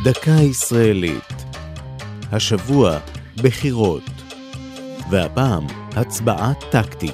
דקה ישראלית. השבוע בחירות, והפעם הצבעה טקטית.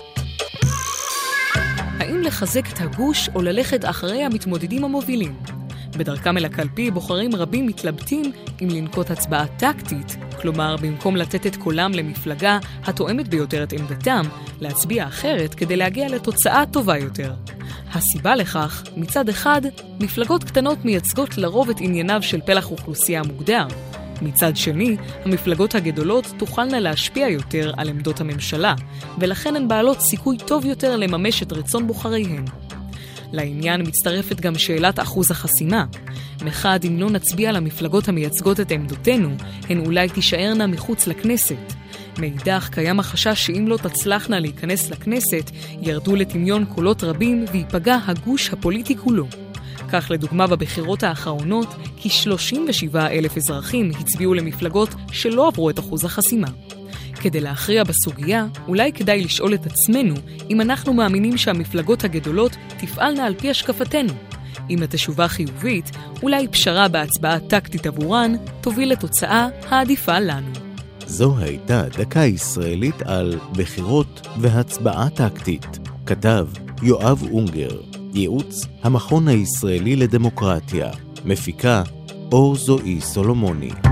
האם לחזק את הגוש או ללכת אחרי המתמודדים המובילים? בדרכם אל הקלפי בוחרים רבים מתלבטים אם לנקוט הצבעה טקטית, כלומר במקום לתת את קולם למפלגה התואמת ביותר את עמדתם, להצביע אחרת כדי להגיע לתוצאה טובה יותר. הסיבה לכך, מצד אחד, מפלגות קטנות מייצגות לרוב את ענייניו של פלח אוכלוסייה מוגדר. מצד שני, המפלגות הגדולות תוכלנה להשפיע יותר על עמדות הממשלה, ולכן הן בעלות סיכוי טוב יותר לממש את רצון בוחריהן. לעניין מצטרפת גם שאלת אחוז החסימה. מחד, אם לא נצביע למפלגות המייצגות את עמדותינו, הן אולי תישארנה מחוץ לכנסת. מאידך, קיים החשש שאם לא תצלחנה להיכנס לכנסת, ירדו לטמיון קולות רבים ויפגע הגוש הפוליטי כולו. כך לדוגמה בבחירות האחרונות, כ-37,000 אזרחים הצביעו למפלגות שלא עברו את אחוז החסימה. כדי להכריע בסוגיה, אולי כדאי לשאול את עצמנו אם אנחנו מאמינים שהמפלגות הגדולות תפעלנה על פי השקפתנו. אם התשובה חיובית, אולי פשרה בהצבעה טקטית עבורן תוביל לתוצאה העדיפה לנו. זו הייתה דקה ישראלית על בחירות והצבעה טקטית. כתב יואב אונגר. ייעוץ המכון הישראלי לדמוקרטיה. מפיקה אור זועי סולומוני.